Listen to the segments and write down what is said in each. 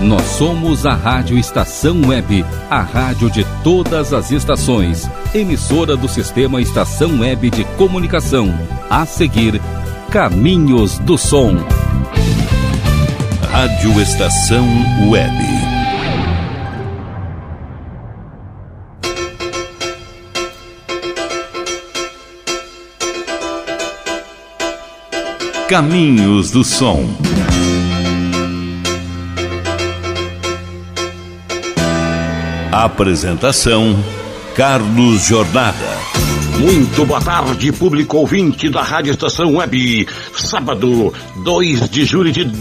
Nós somos a Rádio Estação Web, a rádio de todas as estações, emissora do Sistema Estação Web de Comunicação. A seguir, Caminhos do Som. Rádio Estação Web. Caminhos do Som. Apresentação: Carlos Jornada. Muito boa tarde, público ouvinte da Rádio Estação Web. Sábado, 2 de julho de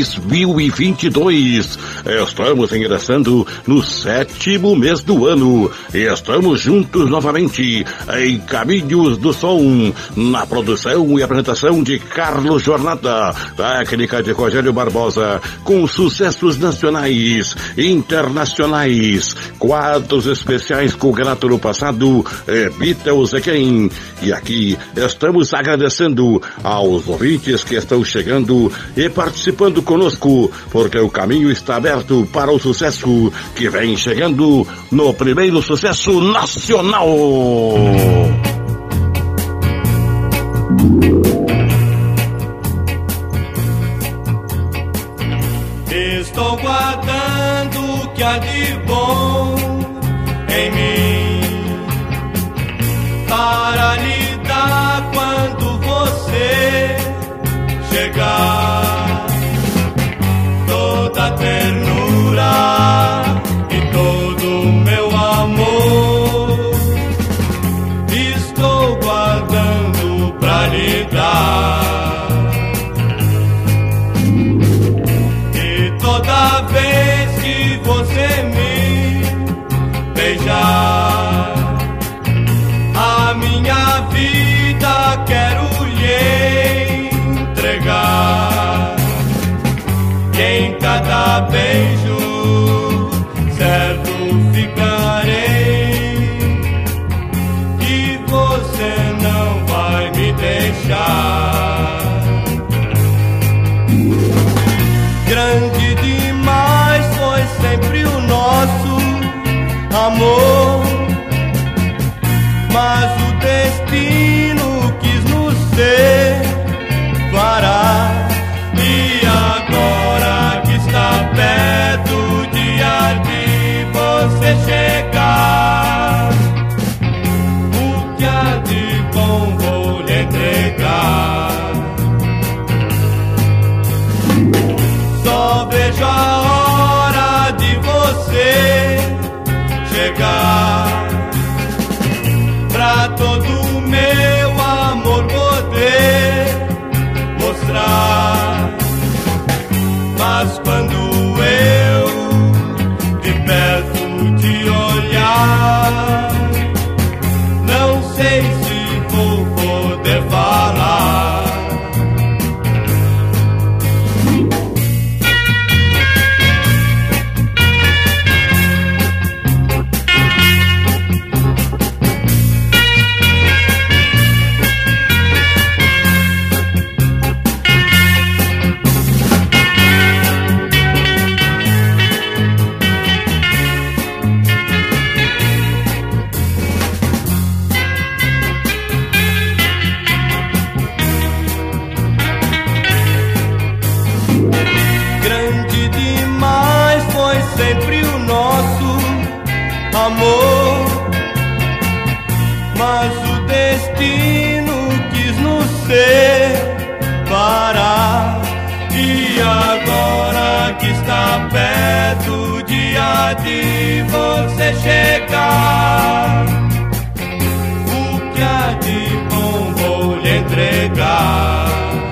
2022. Estamos ingressando no 7º mês do ano. Estamos juntos novamente em Caminhos do Som, na produção e apresentação de Carlos Jornada, técnica de Rogério Barbosa, com sucessos nacionais, internacionais, quadros especiais com Renato no passado, Beatles Again. E aqui estamos agradecendo aos ouvintes que estão chegando e participando conosco, porque o caminho está aberto para o sucesso que vem chegando no primeiro sucesso nacional. Estou guardando o que há de bom em mim para lhe dar quando você chegar. Toda a ternura e todo o meu amor estou guardando pra lhe dar. E toda vez que você me beijar, a minha vida quero lhe entregar. E em cada beijo certo ficarei que você não vai me deixar. Grande demais foi sempre o nosso amor, mas o destino quis nos separar. E agora que está perto o dia de você chegar, o que há de bom vou lhe entregar. Só vejo a hora de você chegar, pra todo o meu amor poder mostrar. Mas quando eu de perto te olhar, não sei se vou poder falar. Sempre o nosso amor, mas o destino quis nos separar. E agora que está perto o dia de você chegar, o que há de bom vou lhe entregar.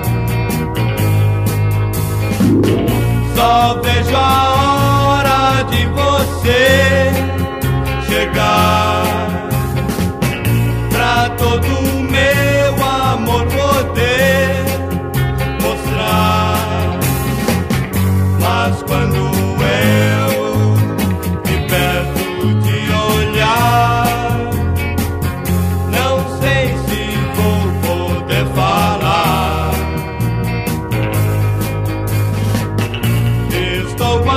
Só vejo a hora de você chegar, pra todo o meu amor poder mostrar. Mas quando eu de perto te olhar, não sei se vou poder falar. Estou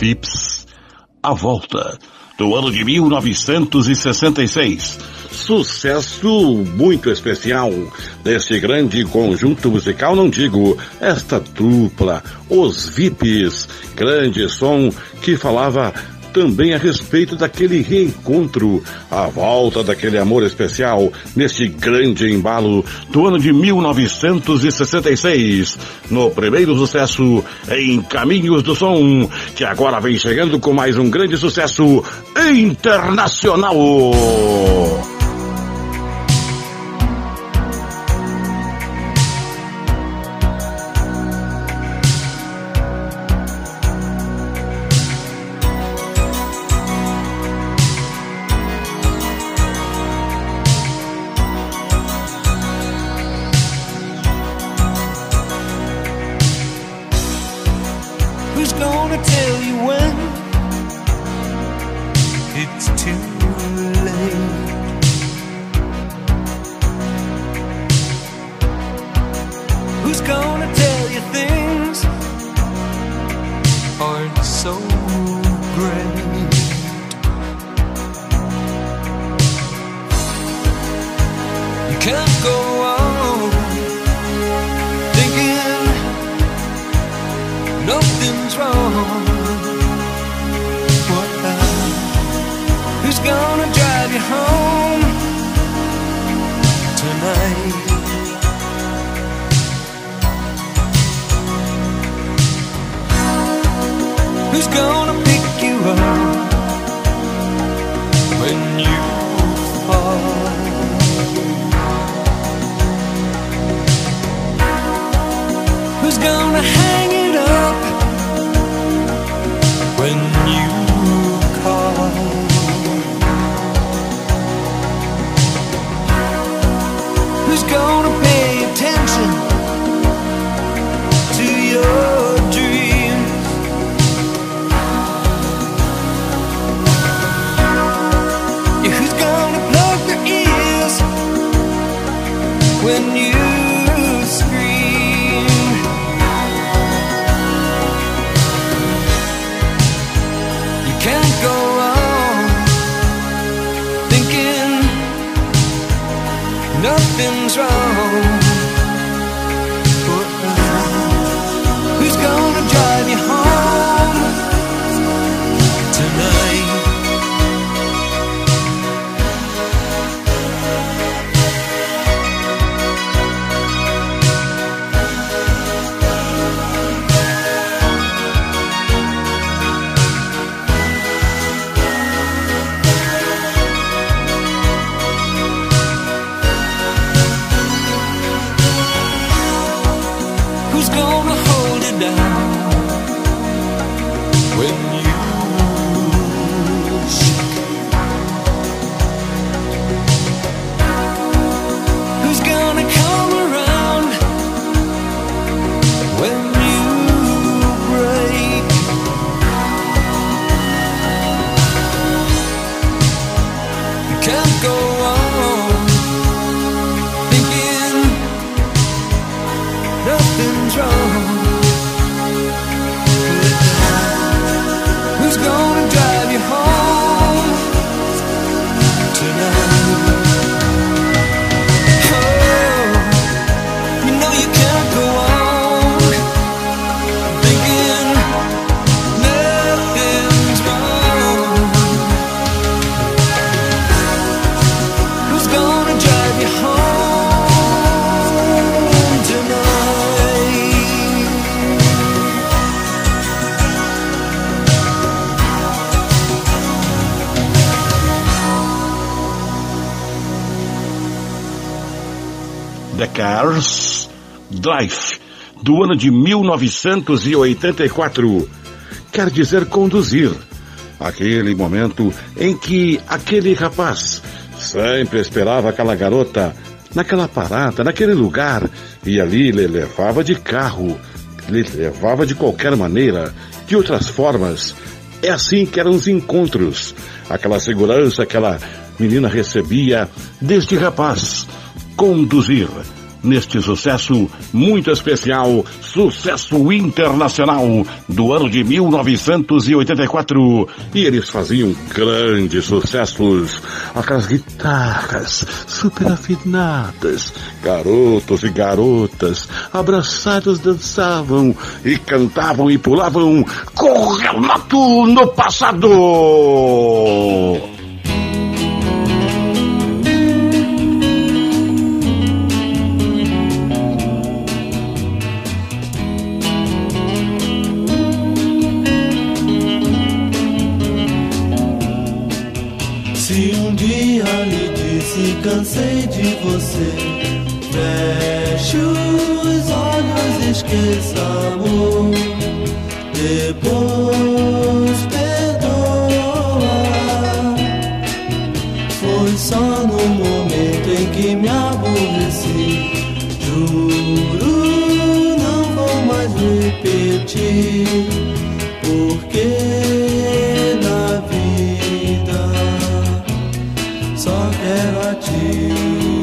Fips, A Volta, do ano de 1966. Sucesso muito especial deste grande conjunto musical, não digo, esta dupla, os Vips, grande som que falava também a respeito daquele reencontro, a volta daquele amor especial neste grande embalo do ano de 1966, no primeiro sucesso em Caminhos do Som, que agora vem chegando com mais um grande sucesso internacional. The Cars Drive, do ano de 1984. Quer dizer conduzir. Aquele momento em que aquele rapaz sempre esperava aquela garota naquela parada, naquele lugar, e ali ele levava de carro, ele levava de qualquer maneira, de outras formas. É assim que eram os encontros. Aquela segurança, aquela menina recebia deste rapaz. Conduzir. neste sucesso muito especial, sucesso internacional do ano de 1984. E eles faziam grandes sucessos, aquelas guitarras super afinadas, garotos e garotas abraçados dançavam e cantavam e pulavam com Renato no passado. Se um dia lhe disse cansei de você, feche os olhos, esqueça amor, depois perdoa. Foi só no momento em que me aborreci, juro não vou mais repetir, porque na vida só quero a ti.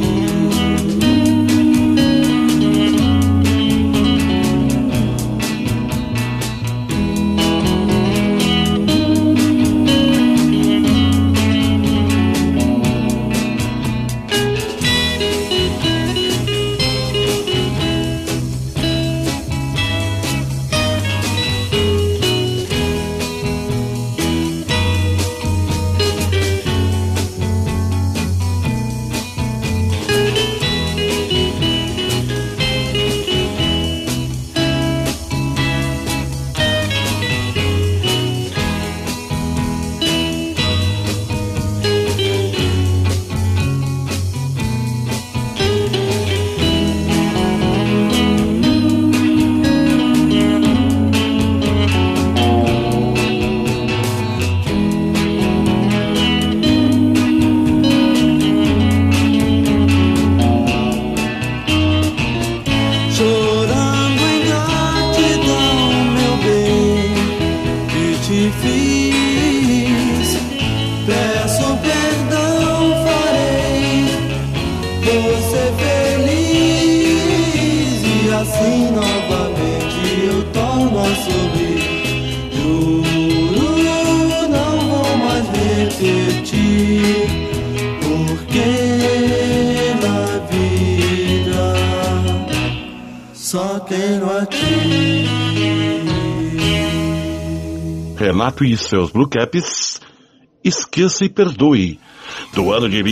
Renato e seus Blue Caps, Esqueça e Perdoe, do ano de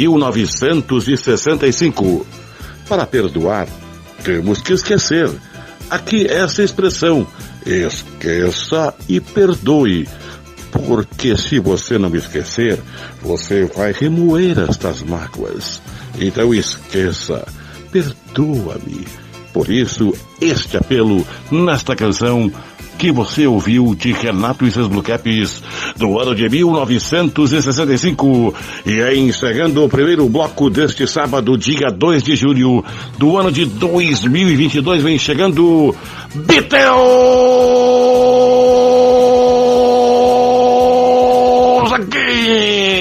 1965. Para perdoar, temos que esquecer. Aqui essa expressão, esqueça e perdoe, porque se você não esquecer, você vai remoer estas mágoas. Então esqueça, perdoa-me. Por isso, este apelo nesta canção que você ouviu de Renato e seus Blue Caps, do ano de 1965. E aí, encerrando o primeiro bloco deste sábado, dia 2 de julho, do ano de 2022, vem chegando Beatles aqui!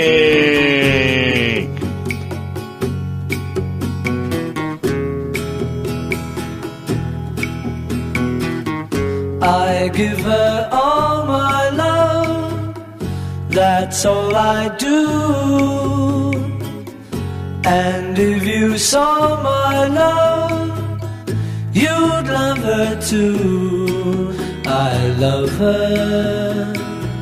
I give her all my love, that's all I do. And if you saw my love, you'd love her too. I love her.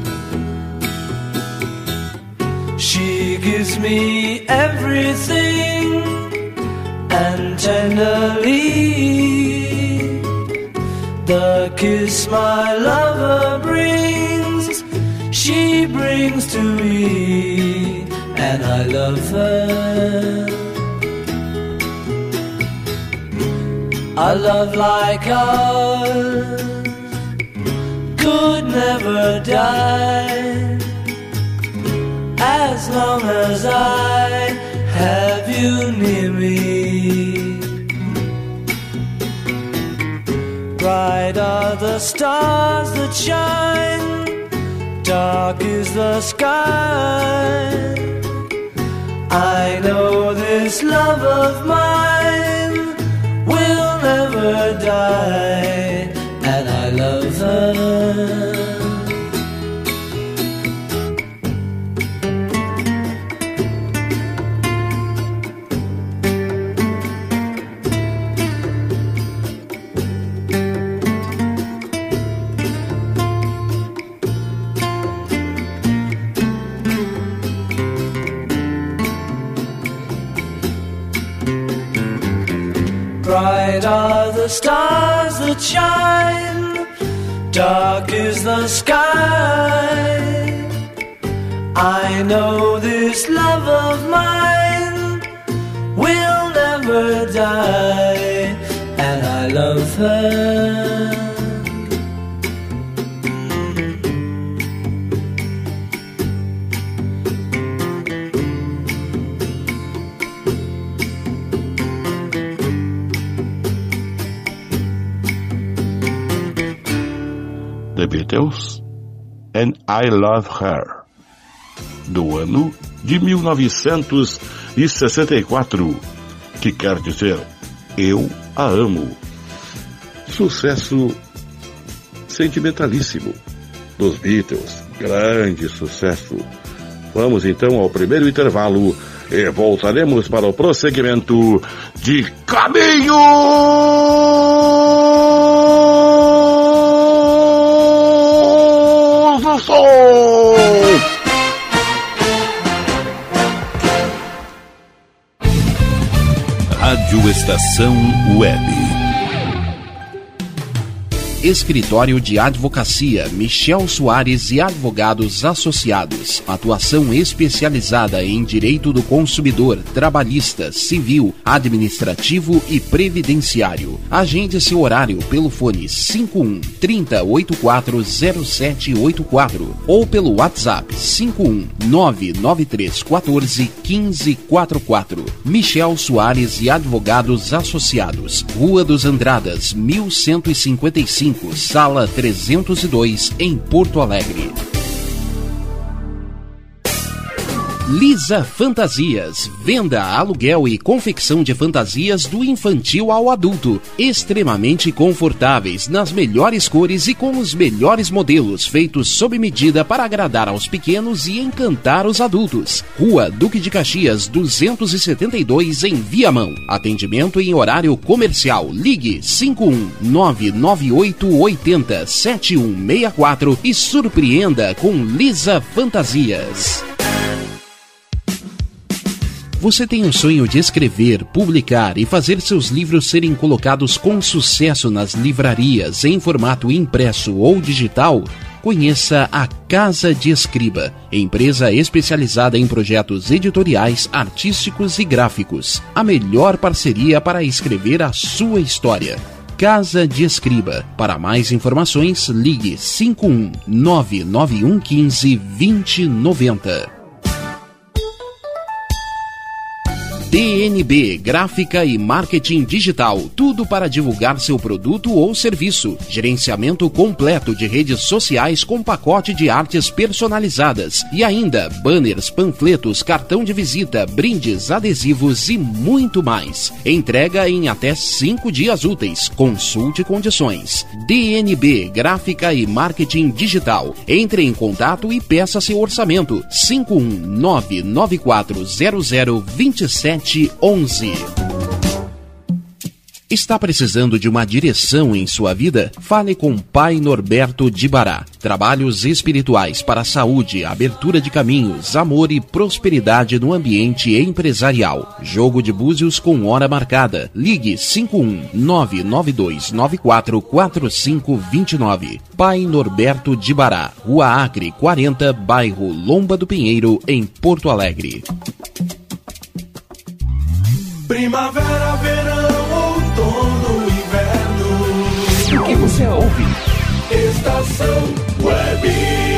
She gives me everything, and tenderly the kiss my lover brings, she brings to me, and I love her. A love like ours could never die, as long as I have you near me. Bright are the stars that shine, dark is the sky. I know this love of mine never die, and I love her. Bright are the stars that shine, dark is the sky. I know this love of mine will never die, and I love her. The Beatles and I Love Her, do ano de 1964, que quer dizer Eu a Amo. Sucesso sentimentalíssimo dos Beatles, grande sucesso. Vamos então ao primeiro intervalo e voltaremos para o prosseguimento de Caminho do Som. Rádio Estação Web. Escritório de Advocacia Michel Soares e Advogados Associados. Atuação especializada em direito do consumidor, trabalhista, civil, administrativo e previdenciário. Agende seu horário pelo fone 51-3084-0784 ou pelo WhatsApp 51-99314-1544. Michel Soares e Advogados Associados. Rua dos Andradas, 1155. Sala 302, em Porto Alegre. Lisa Fantasias, venda, aluguel e confecção de fantasias do infantil ao adulto, extremamente confortáveis, nas melhores cores e com os melhores modelos, feitos sob medida para agradar aos pequenos e encantar os adultos. Rua Duque de Caxias, 272, em Viamão. Atendimento em horário comercial. Ligue 51988807164 e surpreenda com Lisa Fantasias. Você tem o sonho de escrever, publicar e fazer seus livros serem colocados com sucesso nas livrarias em formato impresso ou digital? Conheça a Casa de Escriba, empresa especializada em projetos editoriais, artísticos e gráficos. A melhor parceria para escrever a sua história. Casa de Escriba. Para mais informações, ligue 51991152090. DNB, gráfica e marketing digital, tudo para divulgar seu produto ou serviço. Gerenciamento completo de redes sociais com pacote de artes personalizadas e ainda banners, panfletos, cartão de visita, brindes, adesivos e muito mais. Entrega em até 5 dias úteis. Consulte condições. DNB, gráfica e marketing digital. Entre em contato e peça seu orçamento. 51994002711. Está precisando de uma direção em sua vida? Fale com Pai Norberto de Bará. Trabalhos espirituais para a saúde, abertura de caminhos, amor e prosperidade no ambiente empresarial. Jogo de búzios com hora marcada. Ligue 51992944529. Pai Norberto de Bará, Rua Acre 40, bairro Lomba do Pinheiro, em Porto Alegre. Primavera, verão, outono, inverno. O que você ouve? Estação Web.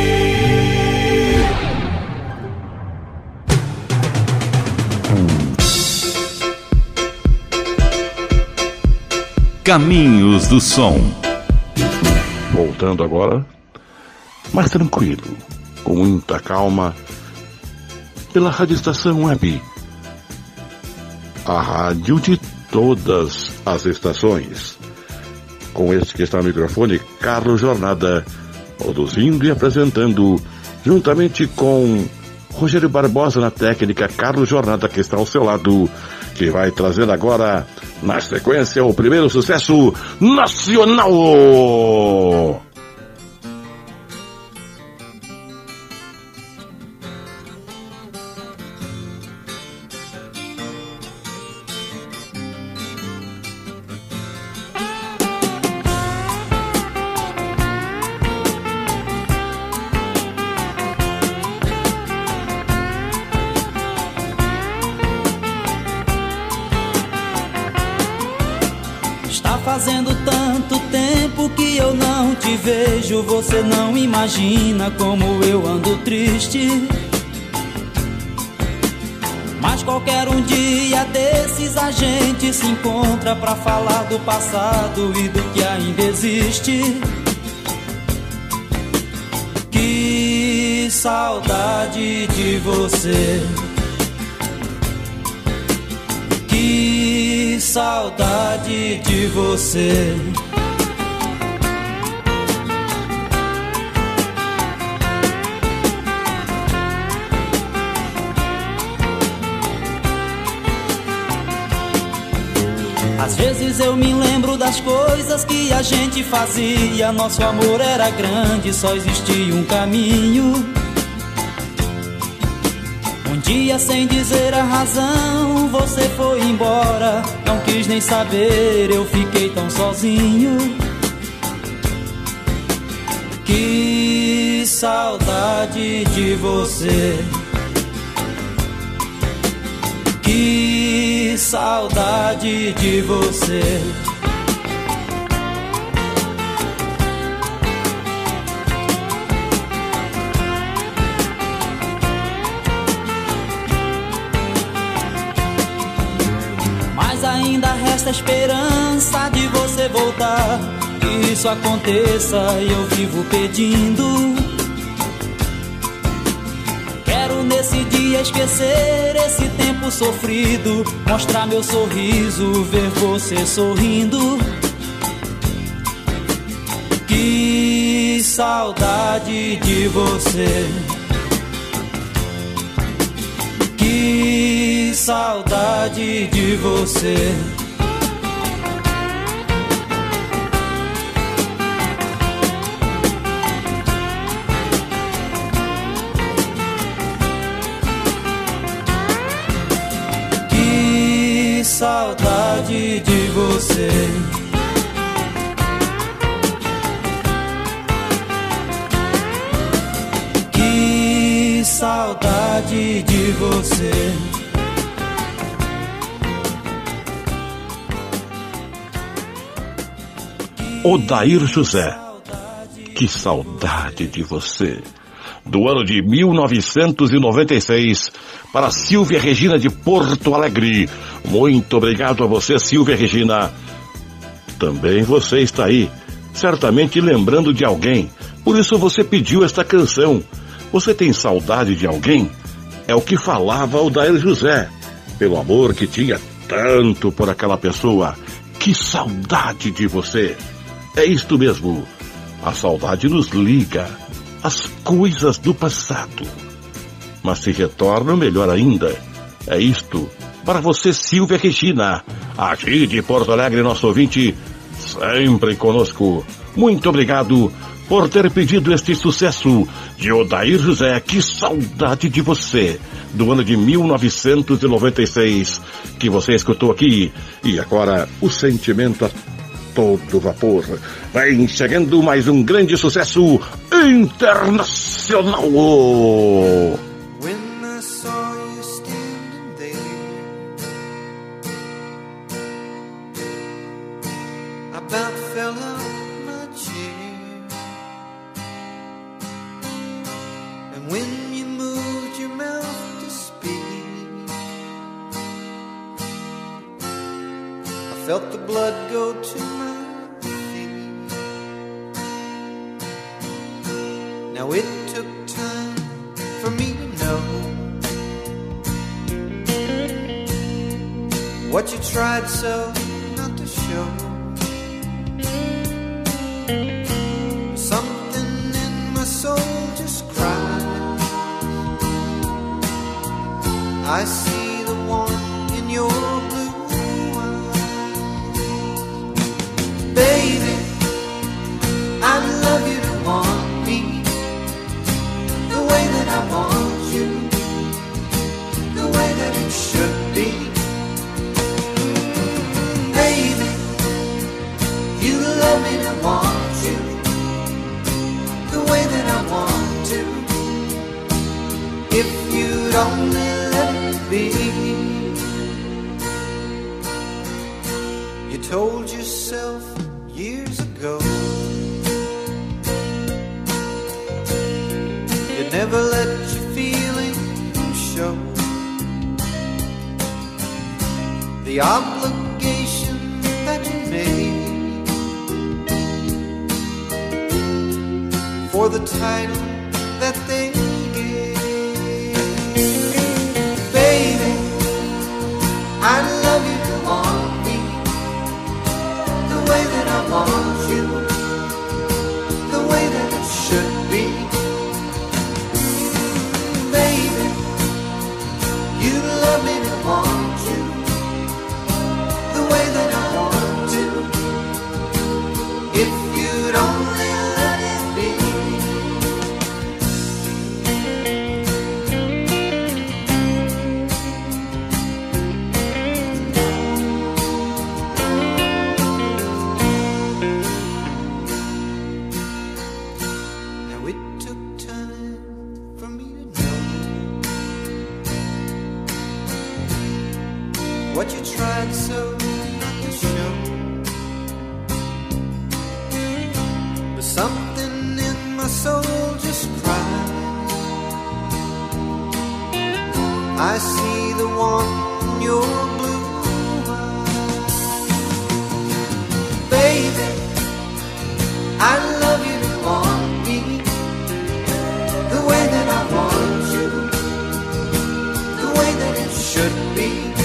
Caminhos do Som. Voltando agora, mais tranquilo, com muita calma, pela Rádio Estação Web. A rádio de todas as estações. com esse que está no microfone, Carlos Jornada, produzindo e apresentando, juntamente com Rogério Barbosa na técnica, Carlos Jornada, que está ao seu lado, que vai trazer agora, na sequência, o primeiro sucesso nacional. Fazendo tanto tempo que eu não te vejo, você não imagina como eu ando triste. Mas qualquer um dia desses a gente se encontra pra falar do passado e do que ainda existe. Que saudade de você, que saudade de você. Às vezes eu me lembro das coisas que a gente fazia. Nosso amor era grande, só existia um caminho. Um dia, sem dizer a razão, você foi embora. Não quis nem saber, eu fiquei tão sozinho. Que saudade de você, que saudade de você. Ainda resta a esperança de você voltar, que isso aconteça e eu vivo pedindo. Quero nesse dia esquecer esse tempo sofrido, mostrar meu sorriso, ver você sorrindo. Que saudade de você, que saudade de você. Que saudade de você. Que saudade de você. Odair José, que saudade de você. Do ano de 1996, para Silvia Regina de Porto Alegre. Muito obrigado a você, Silvia Regina. Também você está aí, certamente lembrando de alguém. Por isso você pediu esta canção. Você tem saudade de alguém? É o que falava Odair José, pelo amor que tinha tanto por aquela pessoa. Que saudade de você. É isto mesmo, a saudade nos liga às coisas do passado, mas se retorna melhor ainda. É isto para você, Silvia Regina, aqui de Porto Alegre, nosso ouvinte, sempre conosco. Muito obrigado por ter pedido este sucesso de Odair José, que saudade de você, do ano de 1996, que você escutou aqui. E agora o sentimento a todo vapor. Vem chegando mais um grande sucesso internacional. When I saw you standing there, I about fell out my chair. And when you moved your mouth to speak, I felt the blood go to my feet. Now it took time for me to know what you tried so not to show. I see the one in your blue eyes. Baby, I'd love you to want me the way that I want you, the way that it should be. Baby, you love me to want you the way that I want to. If you'd only let it be. You told yourself years ago you'd never let your feelings show. The obligation that you made for the title that they gave. Baby, I love you to want me the way that I want you, the way that it should be. Baby, you love me to want you the way that I want to. If you'd only let it be. Now it took time for me to know what you tried so not to show. But something in my soul just cried. I see the one in your blue eyes. Baby, I love you to want me the way that I want you, the way that it should be.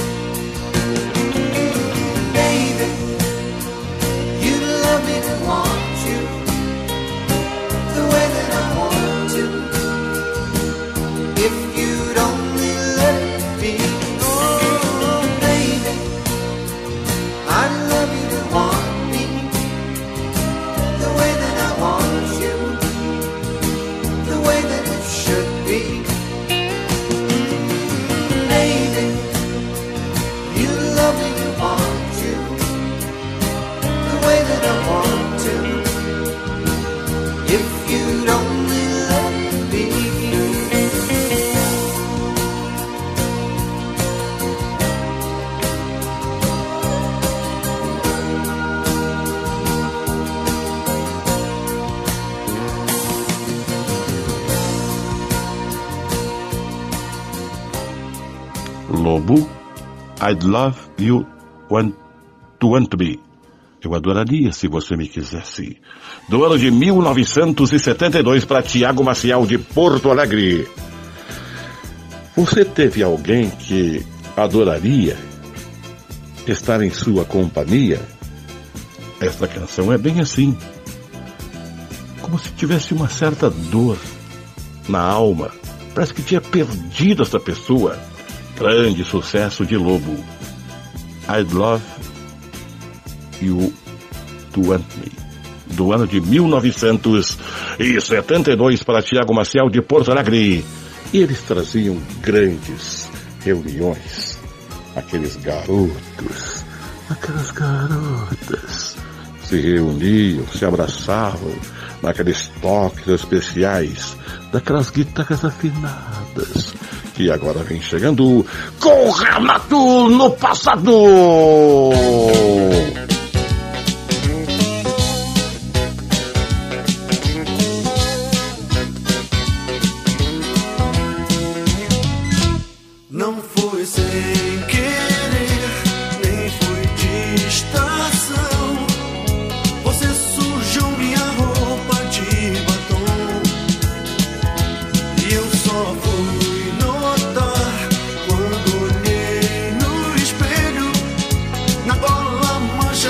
Baby, you love me to want you the way that I want to. If you'd only let it be. Oh, baby, I love you to want me the way that I want you, the way that it should be. Baby, you love me to want you the way that I want to. If you'd only let it be. Lobo, I'd love you to want to be. Eu adoraria se você me quisesse. Do ano de 1972 para Tiago Maciel de Porto Alegre. Você teve alguém que adoraria estar em sua companhia? Esta canção é bem assim. Como se tivesse uma certa dor na alma. Parece que tinha perdido essa pessoa. Grande sucesso de Lobo. I'd love you to want me. Do ano de 1972 para Tiago Maciel de Porto Alegre. E eles traziam grandes reuniões. Aqueles garotos, aquelas garotas se reuniam, se abraçavam naqueles toques especiais daquelas guitarras afinadas que agora vem chegando com o Renato no passado. Não foi sem querer, nem foi distração. Você sujou minha roupa de batom e eu só fui notar quando olhei no espelho, na gola mancha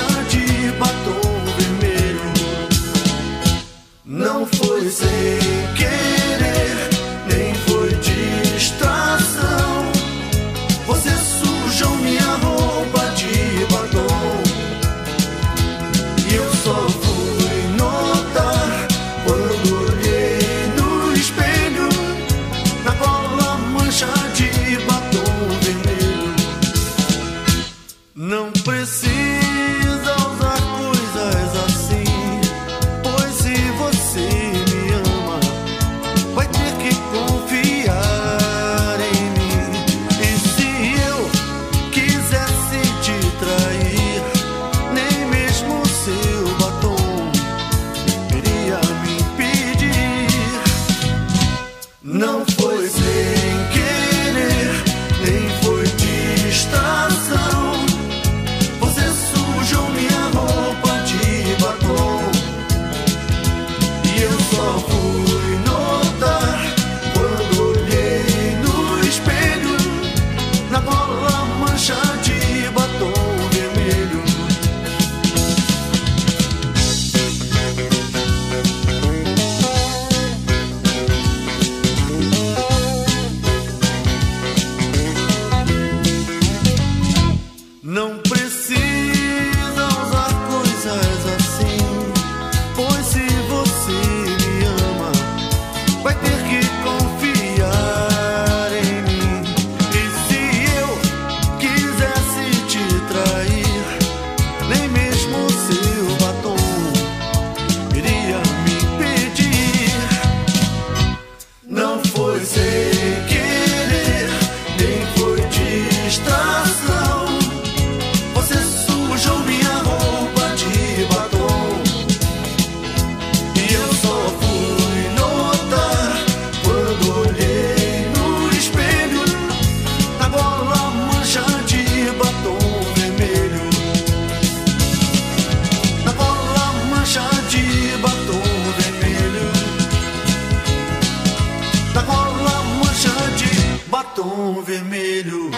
Não precisa usar coisas assim, pois se você me ama, vai ter que confiar em mim. E se eu quisesse te trair, nem mesmo seu batom iria me impedir. Não foi sem querer, nem foi distração. Você sujou minha roupa de batom e eu só fui notar quando olhei no espelho, na gola mancha de batom vermelho. Não precisa usar coisas assim, pois se você me ama, vai ter que confiar em mim. E se eu quisesse te trair, nem mesmo seu batom iria me impedir. Não foi sem querer, nem foi distração. Você sujou minha roupa de batom e eu só fui notar quando olhei no espelho, na gola mancha de batom vermelho. Na gola mancha de batom vermelho. Na gola mancha de batom vermelho.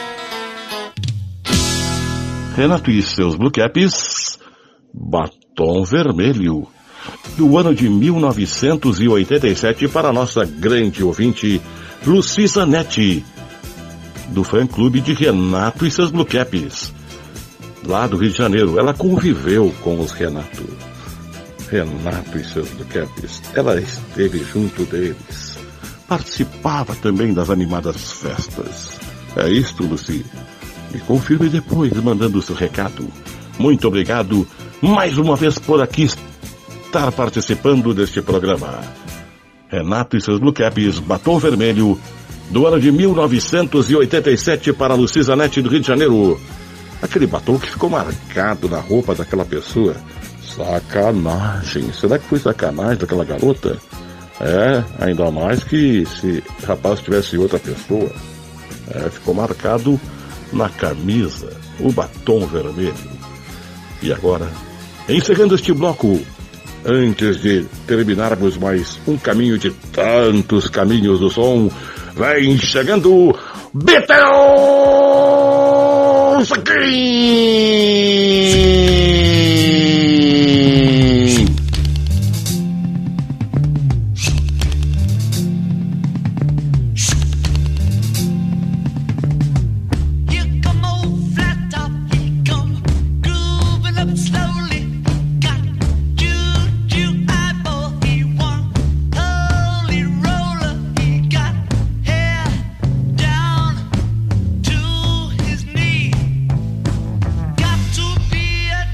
Renato e seus Blue Caps, Batom Vermelho, do ano de 1987, para a nossa grande ouvinte Lucy Zanetti, do fã-clube de Renato e seus Blue Caps, lá do Rio de Janeiro. Ela conviveu com os Renato e seus Blue Caps, ela esteve junto deles, participava também das animadas festas. É isto, Lucy. Me confirme depois, mandando o seu recado. Muito obrigado, mais uma vez, por aqui estar participando deste programa. Renato e seus Blue Caps, Batom Vermelho, do ano de 1987, para Lucy Zanetti, do Rio de Janeiro. Aquele batom que ficou marcado na roupa daquela pessoa. Sacanagem. Será que foi sacanagem daquela garota? É, ainda mais que se o rapaz tivesse outra pessoa. É, ficou marcado na camisa, o batom vermelho. E agora, encerrando este bloco, antes de terminarmos mais um caminho de tantos caminhos do som, vem chegando Beatles aqui! Got to be a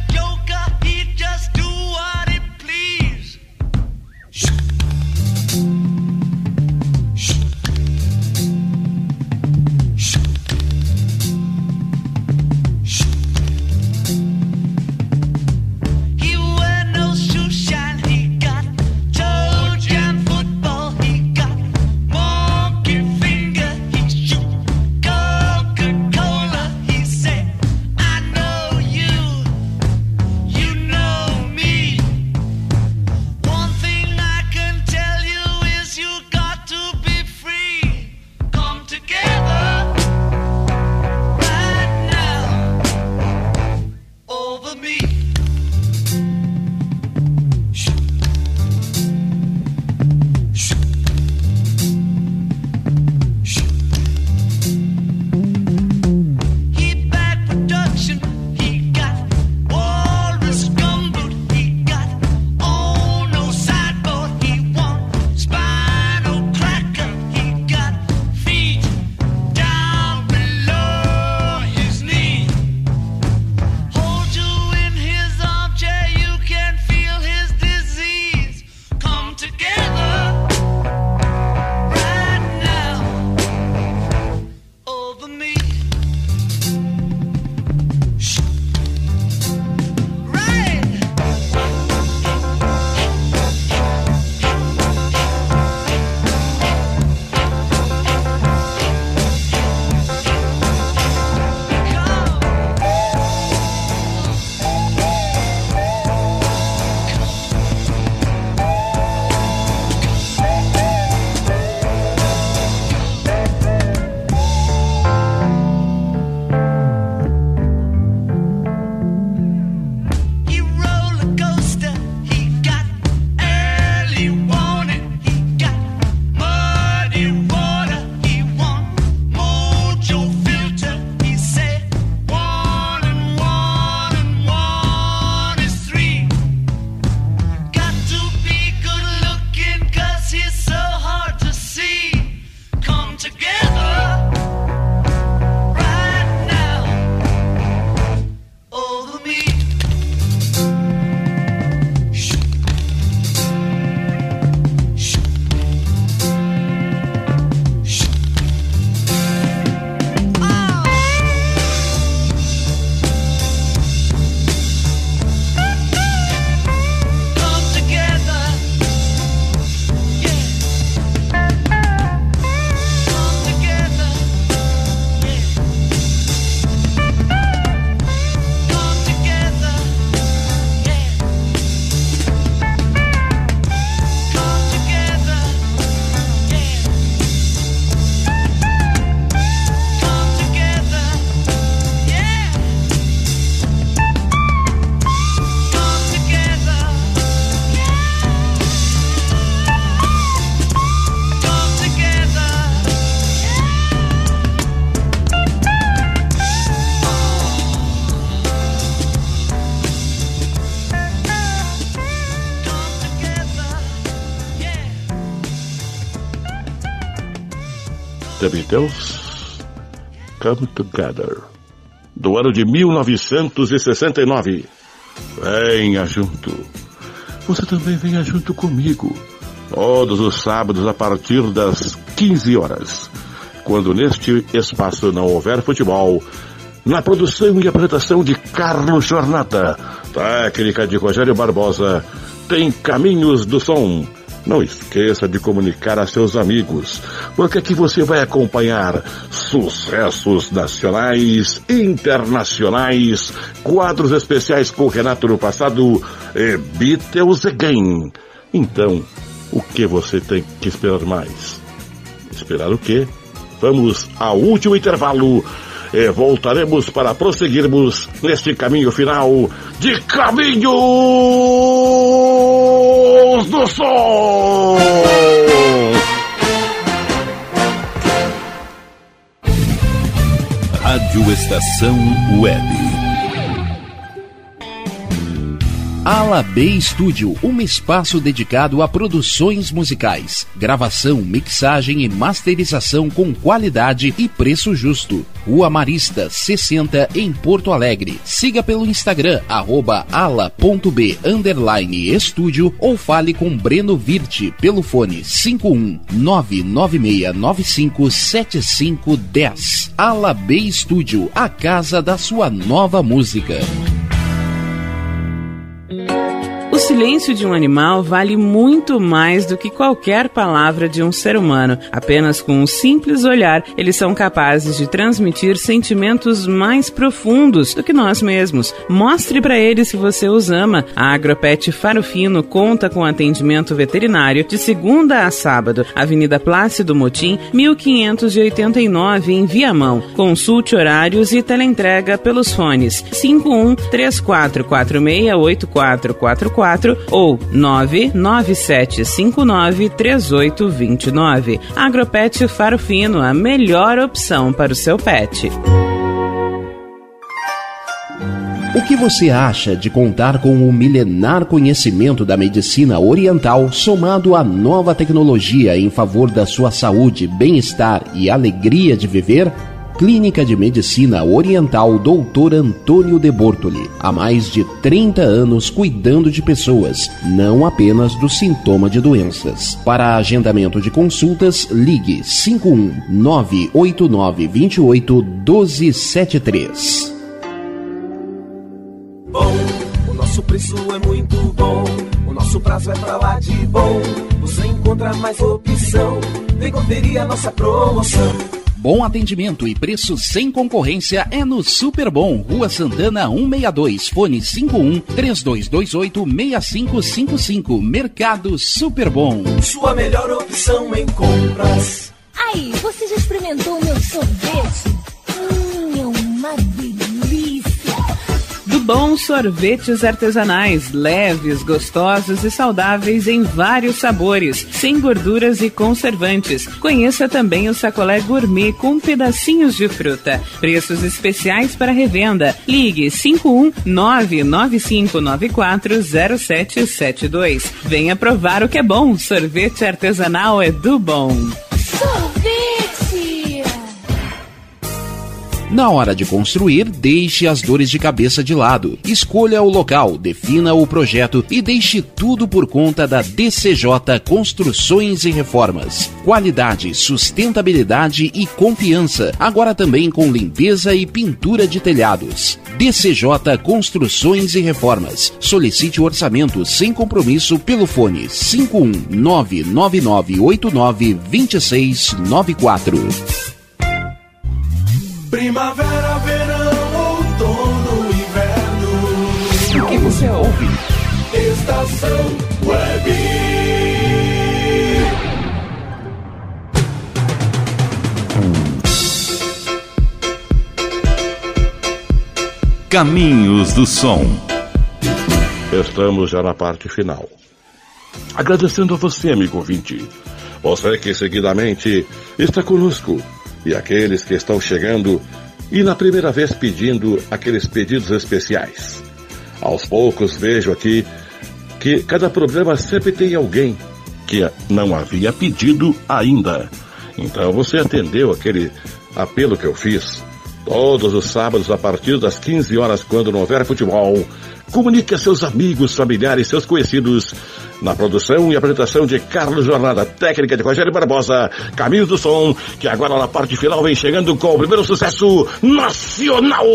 The Beatles, Come Together, do ano de 1969. Venha junto. Você também venha junto comigo. Todos os sábados a partir das 15 horas. Quando neste espaço não houver futebol, na produção e apresentação de Carlos Jornada, técnica de Rogério Barbosa, tem Caminhos do Som. Não esqueça de comunicar a seus amigos, porque aqui você vai acompanhar sucessos nacionais, internacionais, quadros especiais com Renato no passado e Beatles Again. Então, o que você tem que esperar mais? Esperar o quê? Vamos ao último intervalo e voltaremos para prosseguirmos neste caminho final de Caminhos do Som. Rádio Estação Web. Ala B Studio, um espaço dedicado a produções musicais, gravação, mixagem e masterização com qualidade e preço justo. Rua Marista, 60, em Porto Alegre. Siga pelo Instagram, @ala.b_estúdio ou fale com Breno Virte pelo fone 51996957510. Ala B Studio, a casa da sua nova música. O silêncio de um animal vale muito mais do que qualquer palavra de um ser humano. Apenas com um simples olhar, eles são capazes de transmitir sentimentos mais profundos do que nós mesmos. Mostre para eles que você os ama. A Agropet Faro Fino conta com atendimento veterinário de segunda a sábado. Avenida Plácido Motim, 1589, em Viamão. Consulte horários e teleentrega pelos fones 5134468444 ou 997593829. Agropet Faro Fino, a melhor opção para o seu pet. O que você acha de contar com o milenar conhecimento da medicina oriental somado à nova tecnologia em favor da sua saúde, bem-estar e alegria de viver? Clínica de Medicina Oriental Dr. Antônio de Bortoli. Há mais de 30 anos cuidando de pessoas, não apenas do sintoma de doenças. Para agendamento de consultas, ligue 51989281273. Bom, o nosso preço é muito bom, o nosso prazo é pra lá de bom. Você encontra mais opção, vem conferir a nossa promoção. Bom atendimento e preço sem concorrência é no Super Bom, Rua Santana 162, fone 51-3228-6555, Mercado Super Bom. Sua melhor opção em compras. Aí, você já experimentou o meu sorvete? É uma delícia! Do Bom Sorvetes Artesanais, leves, gostosos e saudáveis em vários sabores, sem gorduras e conservantes. Conheça também o sacolé gourmet com pedacinhos de fruta. Preços especiais para revenda. Ligue 51995940772. Venha provar o que é bom. Sorvete artesanal é do Bom. Sorvete! Na hora de construir, deixe as dores de cabeça de lado. Escolha o local, defina o projeto e deixe tudo por conta da DCJ Construções e Reformas. Qualidade, sustentabilidade e confiança. Agora também com limpeza e pintura de telhados. DCJ Construções e Reformas. Solicite o orçamento sem compromisso pelo fone 51999892694. Primavera, verão, outono, inverno. O que você ouve? Estação Web. Caminhos do Som. Estamos já na parte final. Agradecendo a você, amigo ouvinte. Você que seguidamente está conosco. E aqueles que estão chegando e na primeira vez pedindo aqueles pedidos especiais. Aos poucos vejo aqui que cada programa sempre tem alguém que não havia pedido ainda. Então você atendeu aquele apelo que eu fiz. Todos os sábados, a partir das 15 horas, quando não houver futebol, comunique a seus amigos, familiares, seus conhecidos, na produção e apresentação de Carlos Jornada, técnica de Rogério Barbosa, Caminhos do Som, que agora na parte final vem chegando com o primeiro sucesso nacional.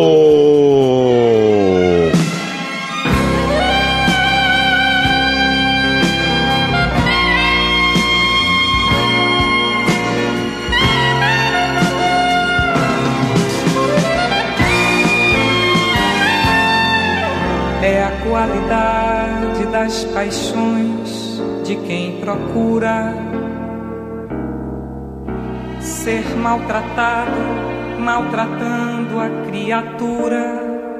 É a qualidade das paixões de quem procura ser maltratado, maltratando a criatura.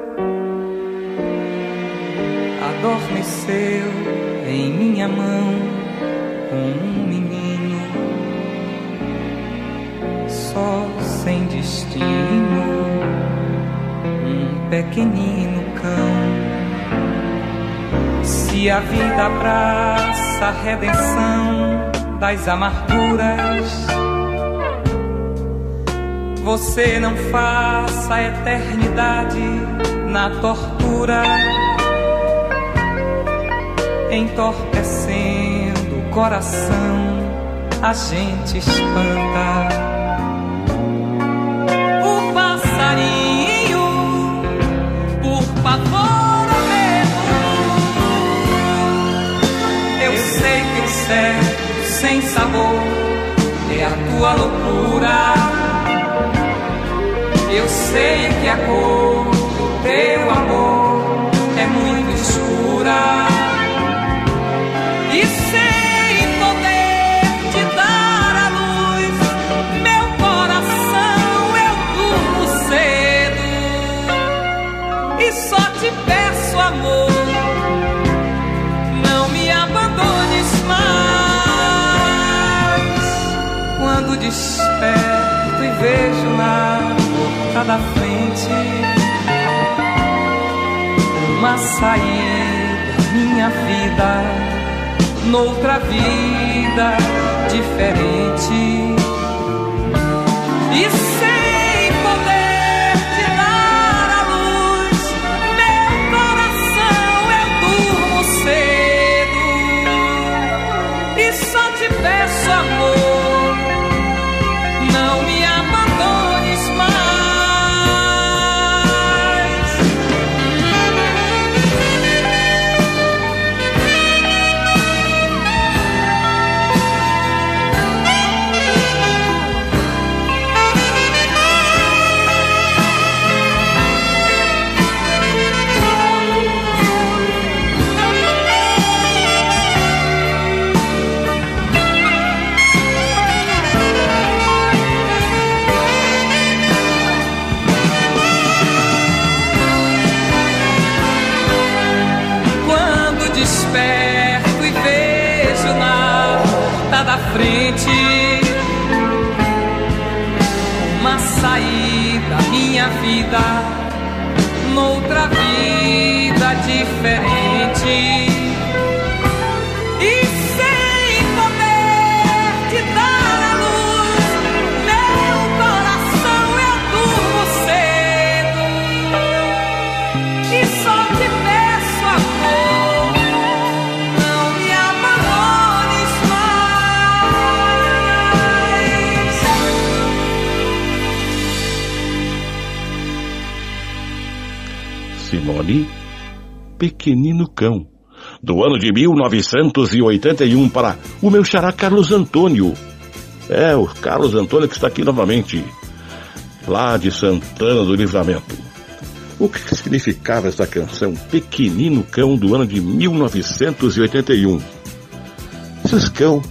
Adormeceu em minha mão um menino, só sem destino, um pequenino cão. Se a vida abraça a redenção das amarguras, você não faça a eternidade na tortura, entorpecendo o coração, a gente espanta. O passarinho, por favor, sei que o certo sem sabor é a tua loucura. Eu sei que a cor do teu amor é muito escura. E sem poder te dar a luz, meu coração eu durmo cedo. E só te peço, amor, quando desperto e vejo na porta da frente uma saída, minha vida, noutra vida diferente. E sem poder te dar a luz, meu coração eu durmo cedo. E só te peço, amor, não me abandones mais. Desperto e vejo na porta da frente uma saída, minha vida, noutra vida diferente. E sem poder te dar a luz, meu coração eu durmo cedo. E só te peço, amor, Simone, Pequenino Cão, do ano de 1981, para o meu xará Carlos Antônio. É, o Carlos Antônio que está aqui novamente, lá de Santana do Livramento. O que significava essa canção, Pequenino Cão, do ano de 1981? Esses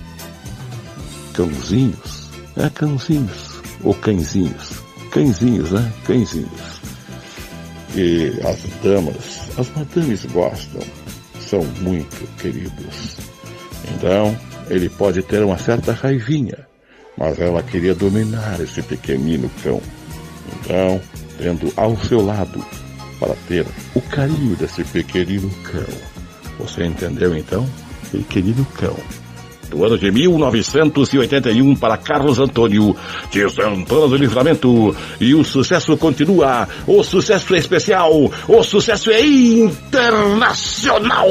cãozinhos, cãozinhos, ou cãezinhos, né, cãezinhos. E as madames gostam, são muito queridos. Então, ele pode ter uma certa raivinha, mas ela queria dominar esse pequenino cão. Então, tendo ao seu lado, para ter o carinho desse pequenino cão. Você entendeu então? Pequenino cão. do ano de 1981 para Carlos Antônio de Santana do Livramento. E o sucesso continua, o sucesso é especial, o sucesso é internacional.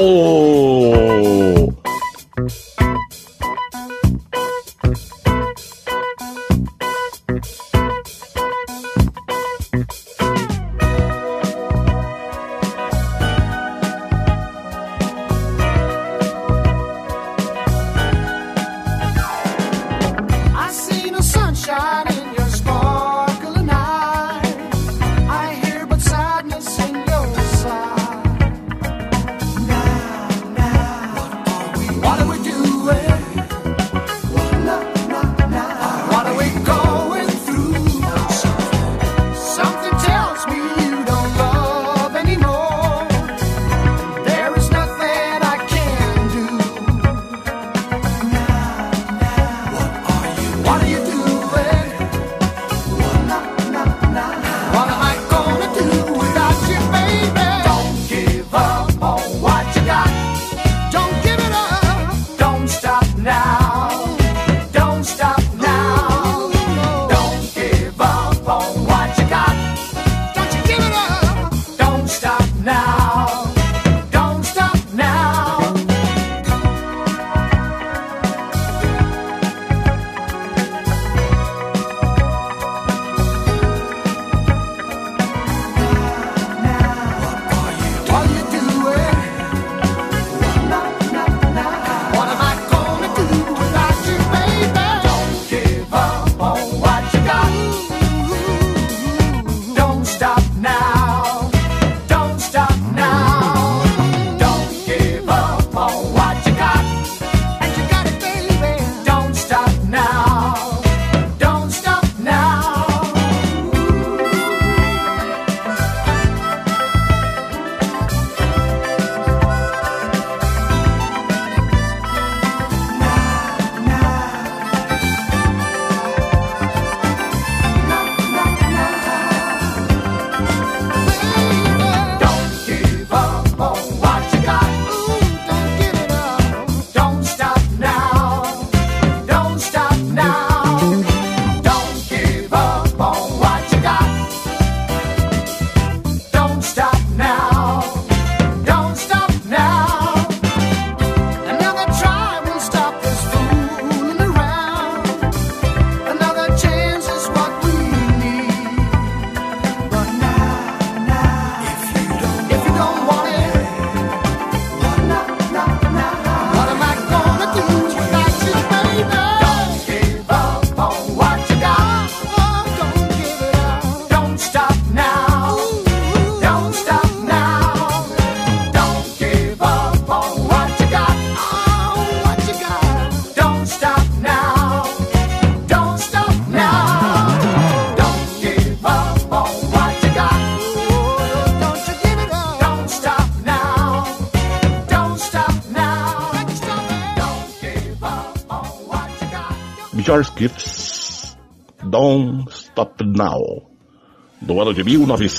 George Gifts, Don't Stop Now, do ano de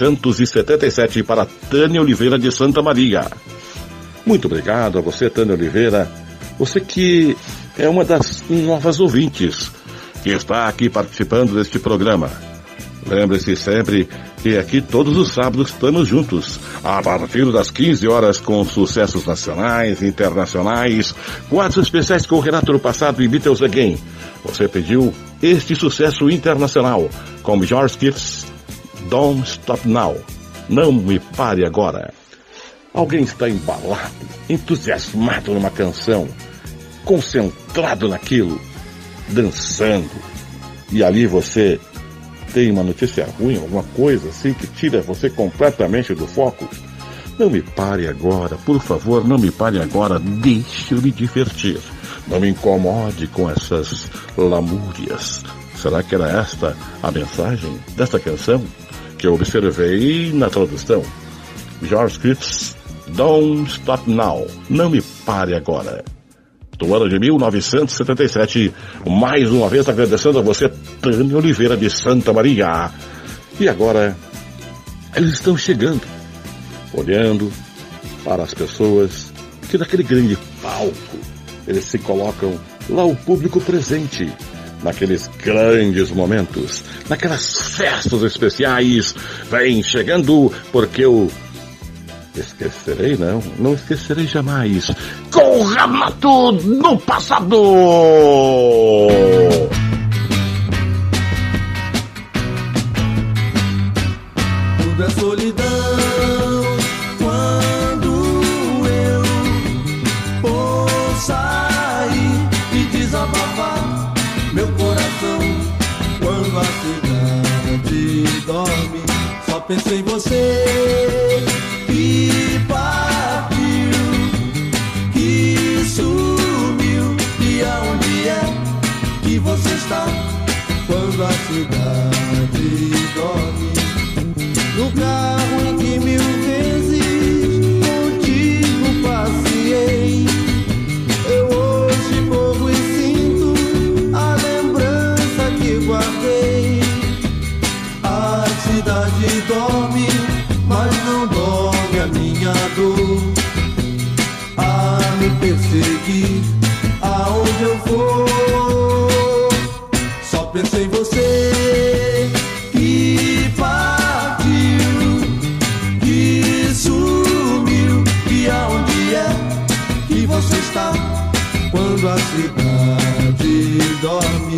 1977 para Tânia Oliveira de Santa Maria. Muito obrigado a você, Tânia Oliveira, você que é uma das novas ouvintes que está aqui participando deste programa. Lembre-se sempre que aqui todos os sábados estamos juntos, a partir das 15 horas com sucessos nacionais, internacionais, quadros especiais com o Renato do Passado e Beatles Again. Você pediu este sucesso internacional com George Gifts, Don't Stop Now, Não Me Pare Agora. Alguém está embalado, entusiasmado numa canção, concentrado naquilo, dançando, e ali você tem uma notícia ruim, alguma coisa assim que tira você completamente do foco. Não me pare agora, por favor, não me pare agora, deixe eu me divertir. Não me incomode com essas lamúrias. Será que era esta a mensagem desta canção que eu observei na tradução? George Gifts, Don't Stop Now, Não Me Pare Agora, do ano de 1977, mais uma vez agradecendo a você, Tânia Oliveira de Santa Maria. E agora, eles estão chegando, olhando para as pessoas que naquele grande palco, eles se colocam lá o público presente, naqueles grandes momentos, naquelas festas especiais. Vem chegando, porque eu esquecerei, não esquecerei jamais. Corramato no passado! Tudo é solidão quando eu vou sair e desabafar meu coração. Quando a cidade dorme, só penso em você. Que partiu, que sumiu, e aonde é que você está? Quando a cidade dorme, no carro em que 1000 vezes contigo passeei, eu hoje corro e sinto a lembrança que guardei. A cidade dorme, mas não dorme a minha dor, a me perseguir aonde eu for. Só penso em você, que partiu, que sumiu, e aonde é que você está? Quando a cidade dorme.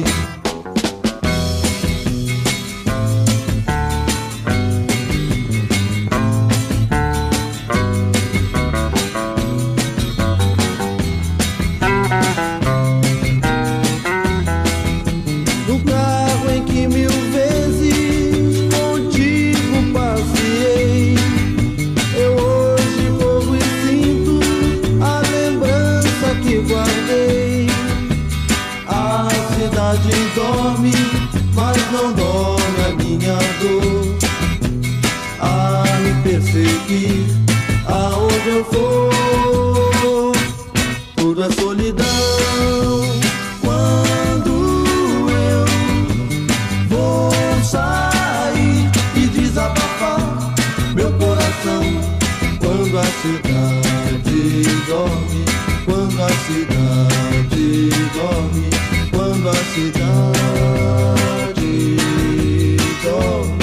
Dorme, mas não dorme a minha dor, a me perseguir aonde eu for. Tudo é solidão quando eu vou sair e desabafar meu coração. Quando a cidade dorme, quando a cidade dorme, quando a cidade dorme.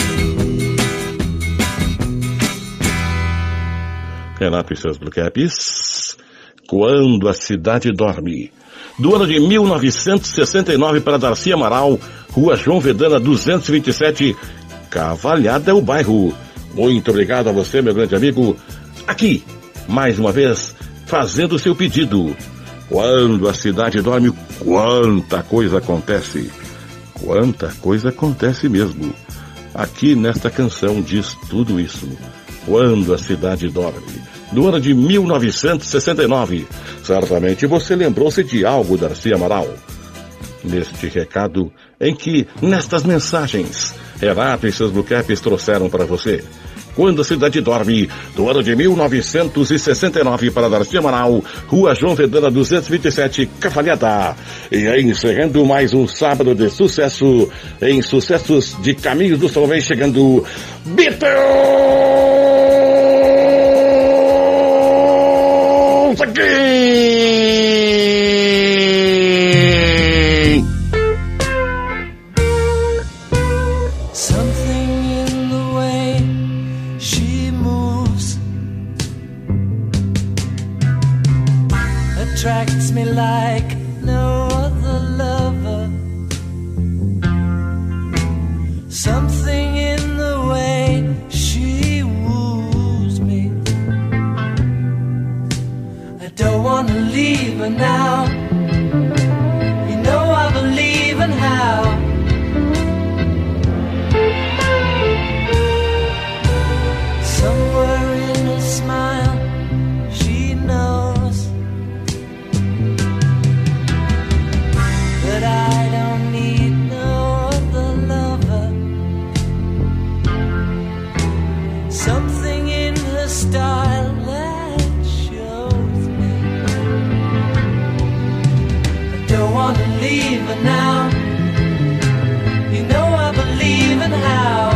Renato e seus Blue Caps, Quando a Cidade Dorme. Do ano de 1969 para Darcy Amaral, Rua João Vedana 227, Cavalhada é o bairro. Muito obrigado a você, meu grande amigo, aqui, mais uma vez, fazendo o seu pedido. Quando a cidade dorme, quanta coisa acontece. Quanta coisa acontece mesmo. Aqui nesta canção diz tudo isso. Quando a cidade dorme. Do ano de 1969. Certamente você lembrou-se de algo, Darcy Amaral. Neste recado em que, nestas mensagens, Renato e seus Blue Caps trouxeram para você. Quando a Cidade Dorme, do ano de 1969 para Darcy Amaral, Rua João Vedana 227, Cavalhada. E aí, encerrando mais um sábado de sucesso, em sucessos de Caminhos do Som, vem chegando Beatles aqui! Attracts me like no other lover. Something in the way she woos me. I don't want to leave her now. You know I believe in how. Somewhere in a smile she knows that I don't need no other lover. Something in her style that shows me I don't want to leave her now. You know I believe in how.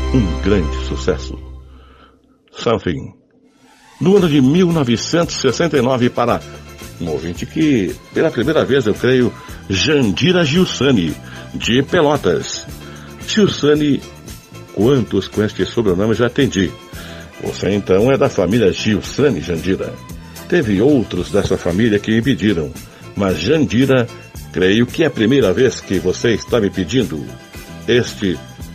um grande sucesso. Something. No ano de 1969 para um ouvinte que, pela primeira vez, eu creio, Jandira Gilsani, de Pelotas. Gilsani, quantos com este sobrenome já atendi? Você então é da família Gilsani, Jandira. Teve outros dessa família que me pediram, mas Jandira, creio que é a primeira vez que você está me pedindo este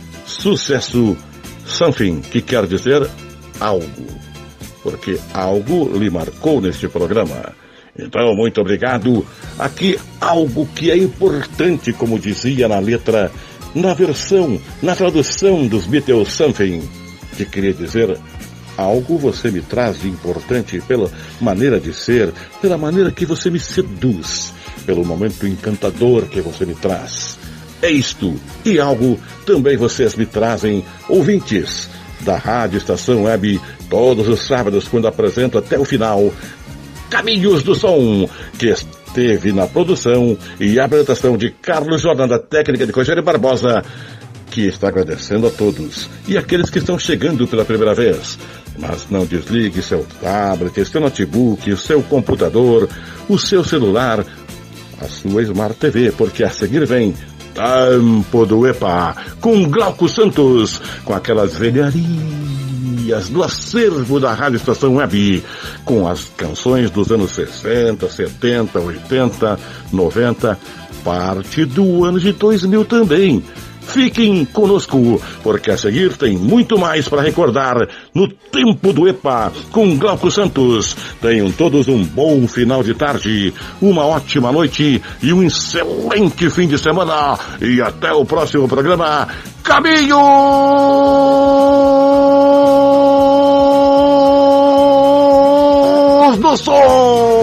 sucesso Something, que quer dizer algo, porque algo lhe marcou neste programa. Então, muito obrigado. Aqui, algo que é importante, como dizia na letra, na versão, na tradução dos Beatles, Something, que queria dizer algo você me traz de importante pela maneira de ser, pela maneira que você me seduz, pelo momento encantador que você me traz. É isto e algo também vocês me trazem, ouvintes da Rádio Estação Web, todos os sábados, quando apresento até o final Caminhos do Som, que esteve na produção e apresentação de Carlos Jordan, da técnica de Rogério Barbosa, que está agradecendo a todos e aqueles que estão chegando pela primeira vez. Mas não desligue seu tablet, seu notebook, o seu computador, o seu celular, a sua Smart TV, porque a seguir vem Tempo do EPA, com Glauco Santos, com aquelas velharias do acervo da Rádio Estação Web, com as canções dos anos 60, 70, 80, 90, parte do ano de 2000 também. Fiquem conosco, porque a seguir tem muito mais para recordar no Tempo do EPA, com Glauco Santos. Tenham todos um bom final de tarde, uma ótima noite e um excelente fim de semana. E até o próximo programa, Caminhos do Som!